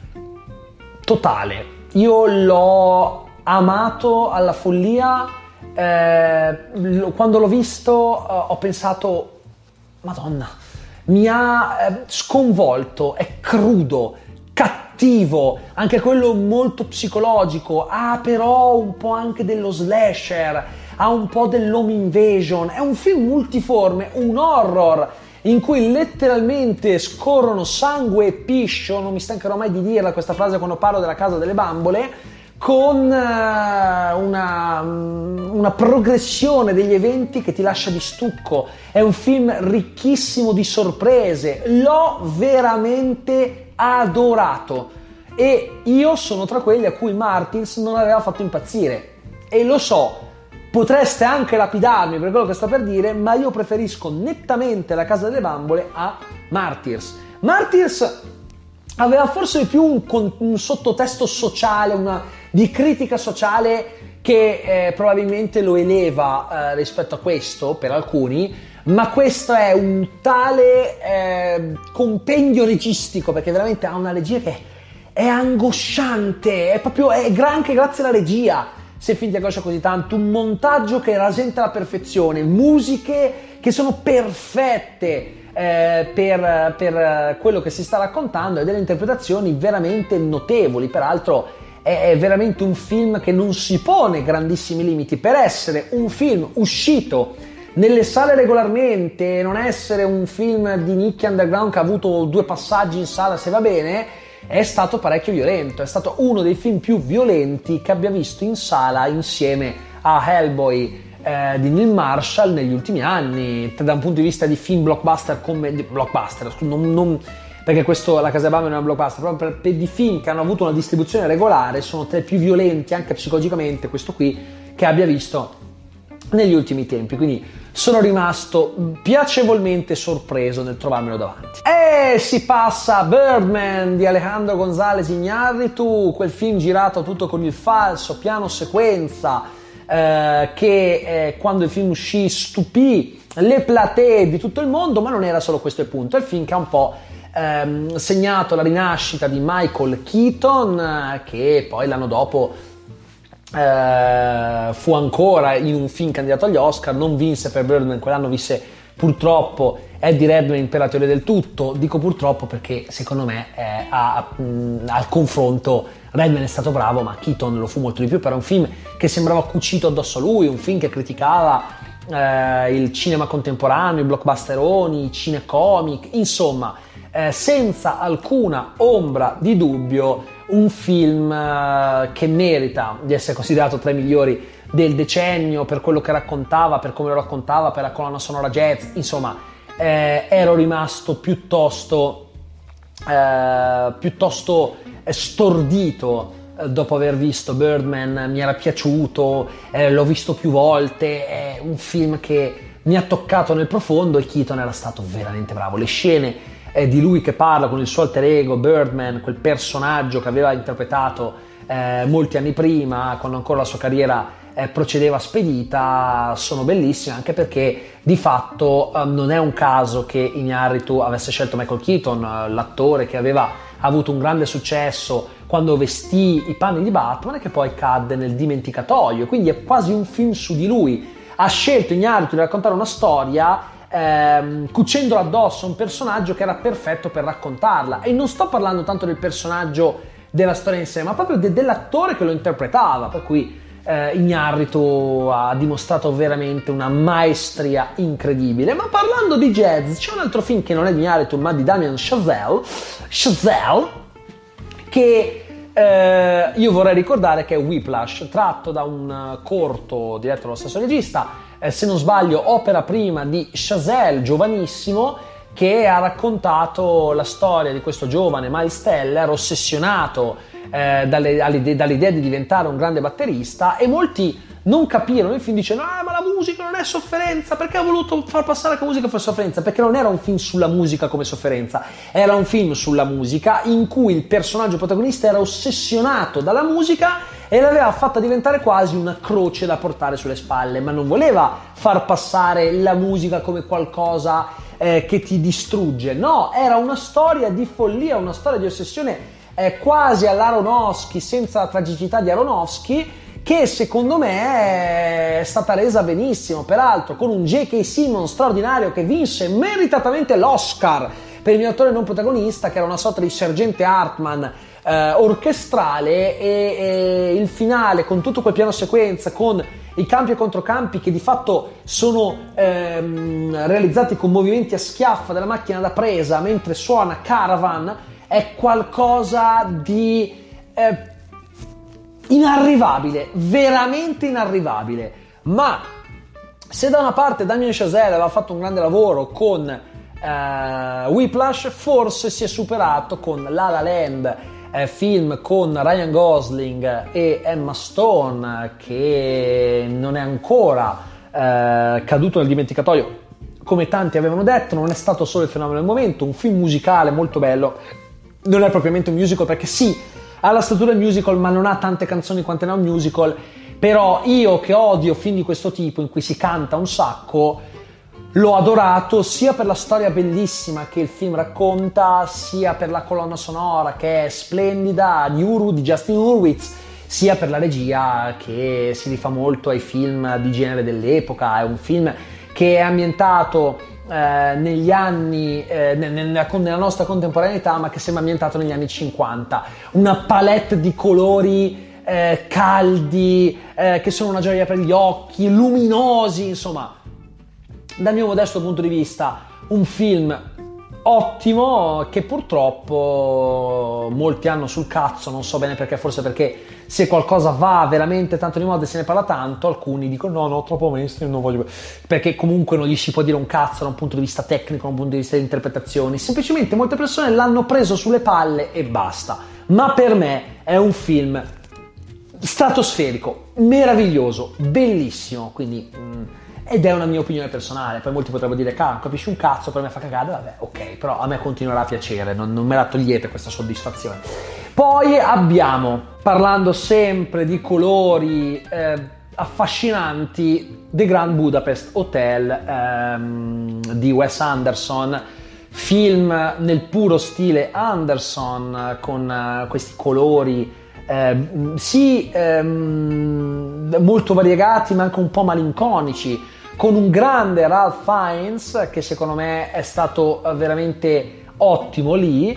totale. Io l'ho amato alla follia. Eh, quando l'ho visto eh, ho pensato: Madonna, mi ha eh, sconvolto, è crudo, cattivo, anche quello molto psicologico, ha però un po' anche dello slasher, ha un po' dell'home invasion, è un film multiforme, un horror in cui letteralmente scorrono sangue e piscio, non mi stancherò mai di dirla questa frase quando parlo della casa delle bambole, con una, una progressione degli eventi che ti lascia di stucco. È un film ricchissimo di sorprese, l'ho veramente adorato e io sono tra quelli a cui Martyrs non aveva fatto impazzire, e lo so, potreste anche lapidarmi per quello che sto per dire, ma io preferisco nettamente La casa delle bambole a Martyrs. Martyrs aveva forse di più un, un sottotesto sociale, una di critica sociale che eh, probabilmente lo eleva eh, rispetto a questo per alcuni, ma questo è un tale eh, compendio registico, perché veramente ha una regia che è angosciante, è proprio è anche grazie alla regia si è finti a angoscia così tanto, un montaggio che rasenta la perfezione, musiche che sono perfette eh, per, per quello che si sta raccontando, e delle interpretazioni veramente notevoli. Peraltro è, è veramente un film che non si pone grandissimi limiti per essere un film uscito nelle sale regolarmente, non essere un film di nicchia underground che ha avuto due passaggi in sala se va bene. è stato parecchio violento, è stato uno dei film più violenti che abbia visto in sala insieme a Hellboy eh, di Neil Marshall negli ultimi anni, da un punto di vista di film blockbuster, come di blockbuster, non, non, perché questo La Casa dei Bambini non è un blockbuster, proprio per, per di film che hanno avuto una distribuzione regolare, sono tra i più violenti anche psicologicamente, questo qui, che abbia visto negli ultimi tempi, quindi sono rimasto piacevolmente sorpreso nel trovarmelo davanti. E si passa a Birdman di Alejandro González Iñárritu, quel film girato tutto con il falso, piano sequenza, eh, che eh, quando il film uscì stupì le platee di tutto il mondo, ma non era solo questo il punto, è il film che ha un po' ehm, segnato la rinascita di Michael Keaton, eh, che poi l'anno dopo Uh, fu ancora in un film candidato agli Oscar, non vinse per Birdman, quell'anno vinse purtroppo Eddie Redmayne per La teoria del tutto. Dico purtroppo perché secondo me eh, a, a, mh, al confronto Redmayne è stato bravo, ma Keaton lo fu molto di più, però è un film che sembrava cucito addosso a lui, un film che criticava eh, il cinema contemporaneo, i blockbusteroni, i cinecomic, insomma eh, senza alcuna ombra di dubbio un film uh, che merita di essere considerato tra i migliori del decennio per quello che raccontava, per come lo raccontava, per la colonna sonora jazz, insomma eh, ero rimasto piuttosto eh, piuttosto stordito eh, dopo aver visto Birdman. Mi era piaciuto, eh, l'ho visto più volte, è un film che mi ha toccato nel profondo e Keaton era stato veramente bravo. Le scene è di lui che parla con il suo alter ego Birdman, quel personaggio che aveva interpretato eh, molti anni prima, quando ancora la sua carriera eh, procedeva spedita, sono bellissime, anche perché di fatto eh, non è un caso che Iñárritu avesse scelto Michael Keaton, eh, l'attore che aveva avuto un grande successo quando vestì i panni di Batman e che poi cadde nel dimenticatoio, quindi è quasi un film su di lui. Ha scelto Iñárritu di raccontare una storia Ehm, cucendolo addosso a un personaggio che era perfetto per raccontarla, e non sto parlando tanto del personaggio della storia in sé, ma proprio de- dell'attore che lo interpretava, per cui eh, Iñárritu ha dimostrato veramente una maestria incredibile. Ma parlando di jazz, c'è un altro film che non è di Iñárritu ma di Damien Chazelle Chazelle che eh, io vorrei ricordare, che è Whiplash, tratto da un corto diretto dallo stesso regista, Eh, se non sbaglio opera prima di Chazelle, giovanissimo, che ha raccontato la storia di questo giovane Miles Teller ossessionato eh, dalle, dall'idea di diventare un grande batterista, e molti non capirono il film dicendo ah, ma la musica non è sofferenza, perché ha voluto far passare che la musica fosse sofferenza? Perché non era un film sulla musica come sofferenza, era un film sulla musica in cui il personaggio protagonista era ossessionato dalla musica e l'aveva fatta diventare quasi una croce da portare sulle spalle, ma non voleva far passare la musica come qualcosa eh, che ti distrugge, no, era una storia di follia, una storia di ossessione eh, quasi all'Aronofsky, senza la tragicità di Aronofsky, che secondo me è stata resa benissimo, peraltro con un J K. Simmons straordinario che vinse meritatamente l'Oscar per il miglior attore non protagonista, che era una sorta di sergente Hartman eh, orchestrale, e, e il finale con tutto quel piano sequenza, con i campi e controcampi che di fatto sono ehm, realizzati con movimenti a schiaffa della macchina da presa mentre suona Caravan, è qualcosa di eh, inarrivabile, veramente inarrivabile. Ma se da una parte Damien Chazelle aveva fatto un grande lavoro con eh, Whiplash, forse si è superato con La La Land, eh, film con Ryan Gosling e Emma Stone, che non è ancora eh, caduto nel dimenticatoio come tanti avevano detto. Non è stato solo il fenomeno del momento, un film musicale molto bello, non è propriamente un musical perché sì, ha la statura del musical ma non ha tante canzoni quante ne ha un musical, però io che odio film di questo tipo in cui si canta un sacco, l'ho adorato sia per la storia bellissima che il film racconta, sia per la colonna sonora che è splendida di, Uru, di Justin Hurwitz, sia per la regia che si rifà molto ai film di genere dell'epoca. È un film che è ambientato Eh, negli anni eh, nella, nella nostra contemporaneità, ma che sembra ambientato negli anni cinquanta, una palette di colori eh, caldi eh, che sono una gioia per gli occhi, luminosi, insomma dal mio modesto punto di vista un film ottimo, che purtroppo molti hanno sul cazzo, non so bene perché, forse perché se qualcosa va veramente tanto di moda e se ne parla tanto, alcuni dicono no, no, troppo mainstream, non voglio, perché comunque non gli si può dire un cazzo da un punto di vista tecnico, da un punto di vista di interpretazioni, semplicemente molte persone l'hanno preso sulle palle e basta. Ma per me è un film stratosferico, meraviglioso, bellissimo, quindi mh, ed è una mia opinione personale. Poi molti potrebbero dire cazzo, capisci un cazzo, per me fa cagare, vabbè, ok, però a me continuerà a piacere, non, non me la togliete questa soddisfazione. Poi abbiamo, parlando sempre di colori eh, affascinanti, The Grand Budapest Hotel ehm, di Wes Anderson, film nel puro stile Anderson, con uh, questi colori Eh, sì, ehm, molto variegati ma anche un po' malinconici, con un grande Ralph Fiennes che secondo me è stato veramente ottimo lì,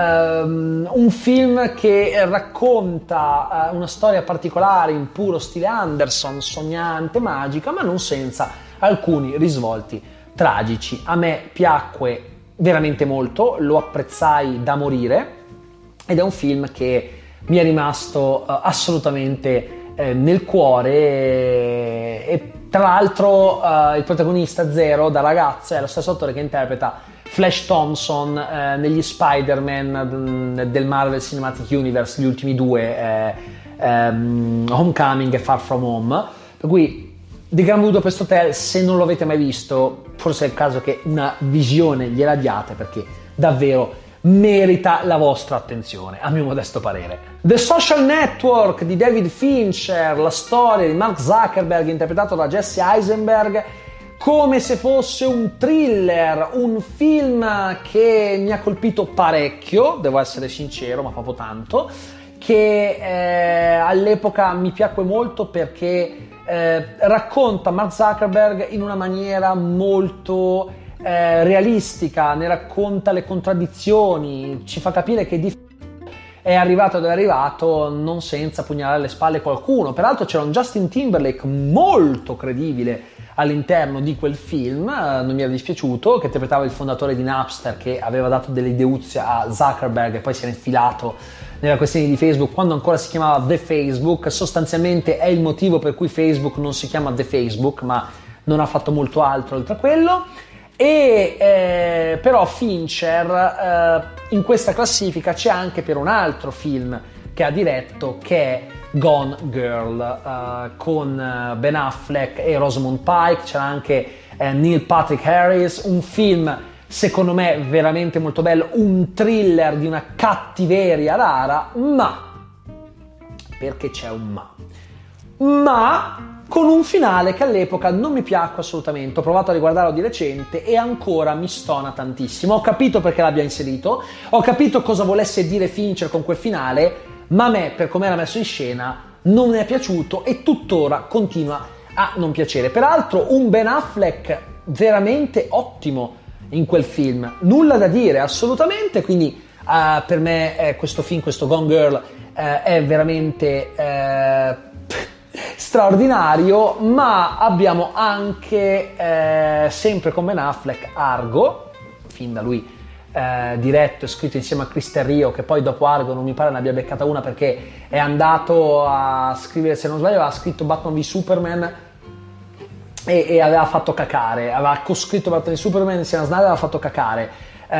ehm, un film che racconta eh, una storia particolare in puro stile Anderson, sognante, magica, ma non senza alcuni risvolti tragici. A me piacque veramente molto, lo apprezzai da morire ed è un film che mi è rimasto uh, assolutamente eh, nel cuore e, e tra l'altro uh, il protagonista Zero da ragazzo è lo stesso attore che interpreta Flash Thompson eh, negli Spider-Man del Marvel Cinematic Universe, gli ultimi due, eh, ehm, Homecoming e Far From Home, per cui The Grand Budapest Hotel, se non lo avete mai visto, forse è il caso che una visione gliela diate, perché davvero merita la vostra attenzione, a mio modesto parere. The Social Network di David Fincher, la storia di Mark Zuckerberg interpretato da Jesse Eisenberg, come se fosse un thriller, un film che mi ha colpito parecchio, devo essere sincero, ma proprio tanto, che eh, all'epoca mi piacque molto perché eh, racconta Mark Zuckerberg in una maniera molto Eh, realistica, ne racconta le contraddizioni, ci fa capire che di è arrivato dove è arrivato non senza pugnalare alle spalle qualcuno. Peraltro c'era un Justin Timberlake molto credibile all'interno di quel film, eh, non mi era dispiaciuto, che interpretava il fondatore di Napster, che aveva dato delle ideuzie a Zuckerberg e poi si era infilato nella questione di Facebook quando ancora si chiamava The Facebook. Sostanzialmente è il motivo per cui Facebook non si chiama The Facebook, ma non ha fatto molto altro oltre a quello. E eh, però Fincher eh, in questa classifica c'è anche per un altro film che ha diretto, che è Gone Girl, eh, con Ben Affleck e Rosamund Pike. C'era anche eh, Neil Patrick Harris, un film secondo me veramente molto bello, un thriller di una cattiveria rara, ma perché c'è un ma ma con un finale che all'epoca non mi piacque assolutamente. Ho provato a riguardarlo di recente e ancora mi stona tantissimo. Ho capito perché l'abbia inserito, ho capito cosa volesse dire Fincher con quel finale, ma a me, per come era messo in scena, non mi è piaciuto e tuttora continua a non piacere. Peraltro un Ben Affleck veramente ottimo in quel film, nulla da dire assolutamente, quindi uh, per me eh, questo film, questo Gone Girl eh, è veramente eh, straordinario. Ma abbiamo anche eh, sempre con Ben Affleck Argo, film da lui eh, diretto e scritto insieme a Chris Terrio, che poi dopo Argo non mi pare ne abbia beccata una, perché è andato a scrivere, se non sbaglio aveva scritto Batman v Superman e, e aveva fatto cacare, aveva coscritto Batman v Superman insieme a Snyder, aveva fatto cacare. Eh,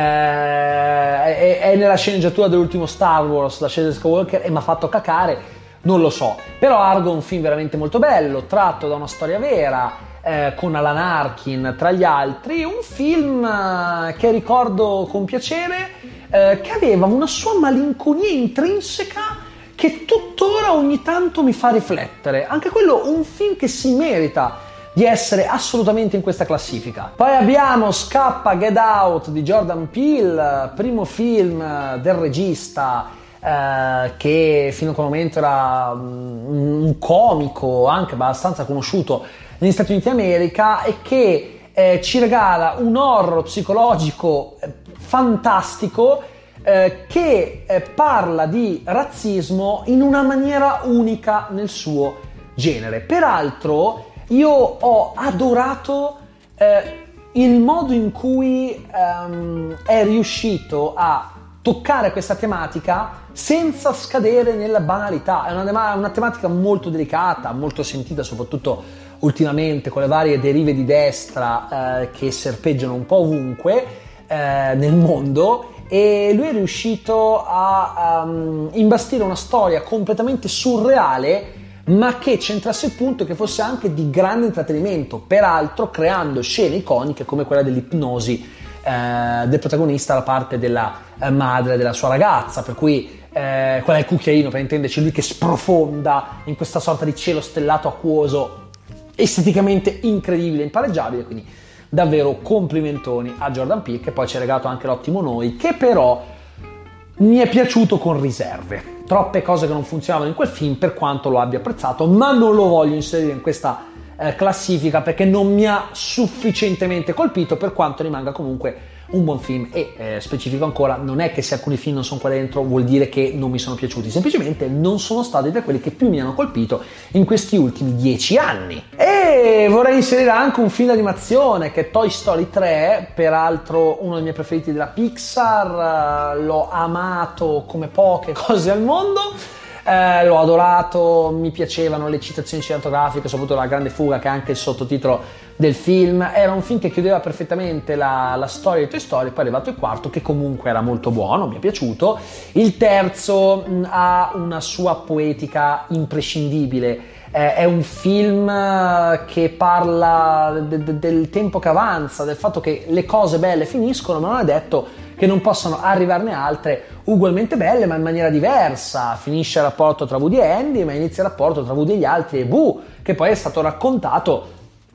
è, è nella sceneggiatura dell'ultimo Star Wars, la scena di Skywalker, e mi ha fatto cacare. Non lo so, però Argo è un film veramente molto bello, tratto da una storia vera, eh, con Alan Arkin tra gli altri, un film eh, che ricordo con piacere, eh, che aveva una sua malinconia intrinseca che tuttora ogni tanto mi fa riflettere. Anche quello un film che si merita di essere assolutamente in questa classifica. Poi abbiamo Scappa, Get Out di Jordan Peele, primo film del regista, Uh, che fino a quel momento era um, un comico anche abbastanza conosciuto negli Stati Uniti d'America, e che eh, ci regala un horror psicologico eh, fantastico eh, che eh, parla di razzismo in una maniera unica nel suo genere. Peraltro io ho adorato eh, il modo in cui um, è riuscito a toccare questa tematica senza scadere nella banalità. È una, una tematica molto delicata, molto sentita soprattutto ultimamente con le varie derive di destra eh, che serpeggiano un po' ovunque eh, nel mondo, e lui è riuscito a um, imbastire una storia completamente surreale, ma che centrasse il punto, che fosse anche di grande intrattenimento, peraltro creando scene iconiche come quella dell'ipnosi eh, del protagonista da parte della eh, madre della sua ragazza, per cui eh, quella è il cucchiaino, per intenderci, lui che sprofonda in questa sorta di cielo stellato acquoso, esteticamente incredibile, impareggiabile. Quindi davvero complimentoni a Jordan Peele, che poi ci ha regalato anche l'Ottimo Noi, che però mi è piaciuto con riserve. Troppe cose che non funzionavano in quel film, per quanto lo abbia apprezzato, ma non lo voglio inserire in questa eh, classifica perché non mi ha sufficientemente colpito, per quanto rimanga comunque un buon film. E eh, specifico ancora, non è che se alcuni film non sono qua dentro vuol dire che non mi sono piaciuti, semplicemente non sono stati tra quelli che più mi hanno colpito in questi ultimi dieci anni. E vorrei inserire anche un film d'animazione che è Toy Story tre, peraltro uno dei miei preferiti della Pixar, l'ho amato come poche cose al mondo. Eh, l'ho adorato, mi piacevano le citazioni cinematografiche, soprattutto La Grande Fuga, che è anche il sottotitolo del film. Era un film che chiudeva perfettamente la, la storia di Toy Story. Poi è arrivato il quarto, che comunque era molto buono, mi è piaciuto. Il terzo mh, ha una sua poetica imprescindibile. Eh, è un film che parla de- de- del tempo che avanza, del fatto che le cose belle finiscono, ma non è detto che non possano arrivarne altre ugualmente belle, ma in maniera diversa. Finisce il rapporto tra Woody e Andy, ma inizia il rapporto tra Woody e gli altri e Boo, che poi è stato raccontato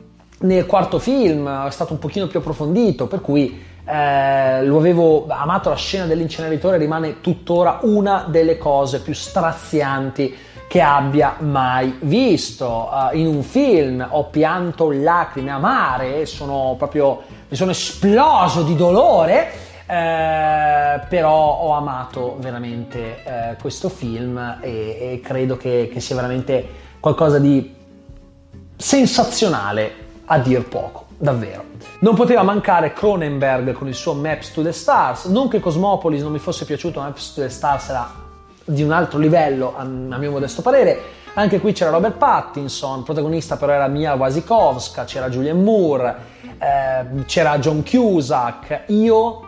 nel quarto film, è stato un pochino più approfondito, per cui eh, lo avevo amato. La scena dell'inceneritore rimane tuttora una delle cose più strazianti che abbia mai visto uh, in un film. Ho pianto lacrime amare, sono proprio, mi sono esploso di dolore. Eh, però ho amato veramente eh, questo film e, e credo che, che sia veramente qualcosa di sensazionale a dir poco, davvero. Non poteva mancare Cronenberg con il suo Maps to the Stars. Non che Cosmopolis non mi fosse piaciuto, ma Maps to the Stars era di un altro livello a, a mio modesto parere. Anche qui c'era Robert Pattinson, protagonista però era Mia Wasikowska, c'era Julianne Moore, eh, c'era John Cusack. Io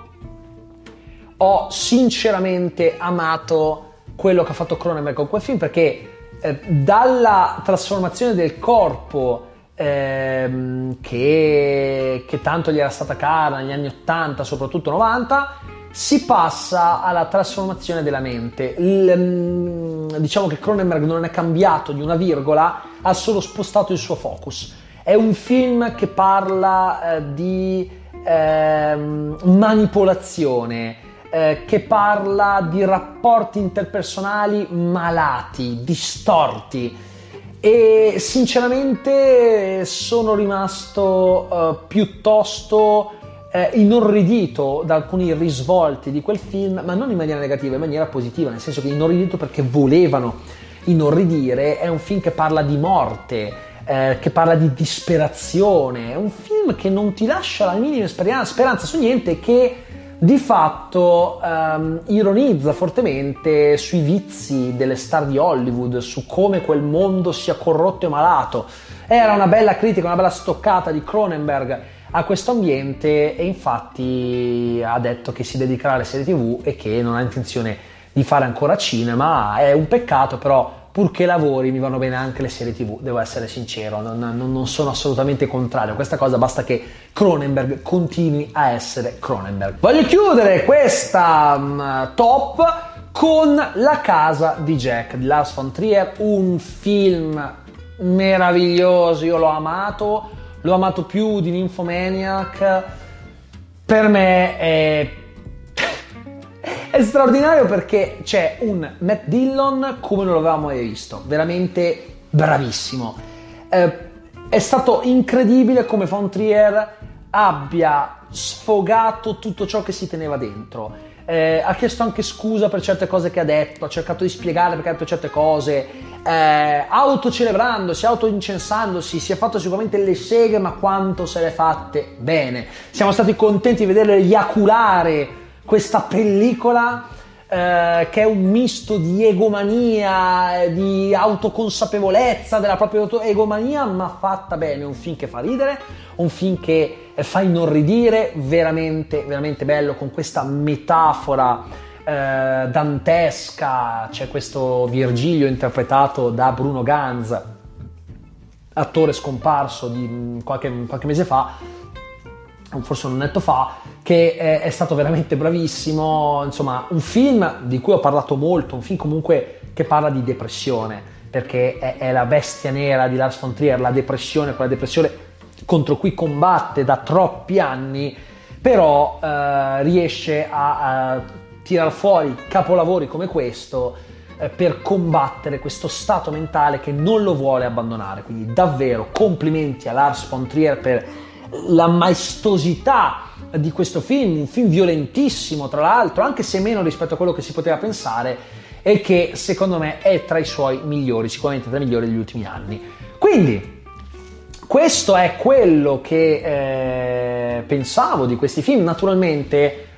ho sinceramente amato quello che ha fatto Cronenberg con quel film, perché eh, dalla trasformazione del corpo ehm, che, che tanto gli era stata cara negli anni ottanta, soprattutto novanta, si passa alla trasformazione della mente. Il, diciamo che Cronenberg non è cambiato di una virgola, ha solo spostato il suo focus. È un film che parla eh, di eh, manipolazione, Eh, che parla di rapporti interpersonali malati, distorti, e sinceramente sono rimasto eh, piuttosto eh, inorridito da alcuni risvolti di quel film, ma non in maniera negativa, in maniera positiva, nel senso che inorridito perché volevano inorridire. È un film che parla di morte, eh, che parla di disperazione, è un film che non ti lascia la minima speranza su niente, che di fatto ehm, ironizza fortemente sui vizi delle star di Hollywood, su come quel mondo sia corrotto e malato. Era una bella critica, una bella stoccata di Cronenberg a questo ambiente, e infatti ha detto che si dedicherà alle serie tv e che non ha intenzione di fare ancora cinema. È un peccato, però purché lavori mi vanno bene anche le serie tv, devo essere sincero, non, non, non sono assolutamente contrario a questa cosa, basta che Cronenberg continui a essere Cronenberg. Voglio chiudere questa um, top con La casa di Jack di Lars von Trier, un film meraviglioso. Io l'ho amato, l'ho amato più di Nymphomaniac. Per me è È straordinario perché c'è un Matt Dillon come non l'avevamo mai visto, veramente bravissimo. Eh, è stato incredibile come von Trier abbia sfogato tutto ciò che si teneva dentro. Eh, ha chiesto anche scusa per certe cose che ha detto, ha cercato di spiegare perché ha detto certe cose. eh, autocelebrandosi, autoincensandosi, si è fatto sicuramente le seghe, ma quanto se le fatte bene. Siamo stati contenti di vederle eiaculare questa pellicola, eh, che è un misto di egomania, di autoconsapevolezza della propria egomania, ma fatta bene. Un film che fa ridere, un film che fa inorridire, veramente, veramente bello, con questa metafora Eh, dantesca. C'è questo Virgilio interpretato da Bruno Ganz, attore scomparso di qualche, qualche mese fa, forse un annetto fa, che è, è stato veramente bravissimo. Insomma, un film di cui ho parlato molto, un film comunque che parla di depressione, perché è, è la bestia nera di Lars von Trier, la depressione, quella depressione contro cui combatte da troppi anni, però eh, riesce a, a tirar fuori capolavori come questo eh, per combattere questo stato mentale che non lo vuole abbandonare. Quindi davvero complimenti a Lars von Trier per la maestosità di questo film, un film violentissimo tra l'altro, anche se meno rispetto a quello che si poteva pensare, e che secondo me è tra i suoi migliori, sicuramente tra i migliori degli ultimi anni. Quindi questo è quello che eh, pensavo di questi film. Naturalmente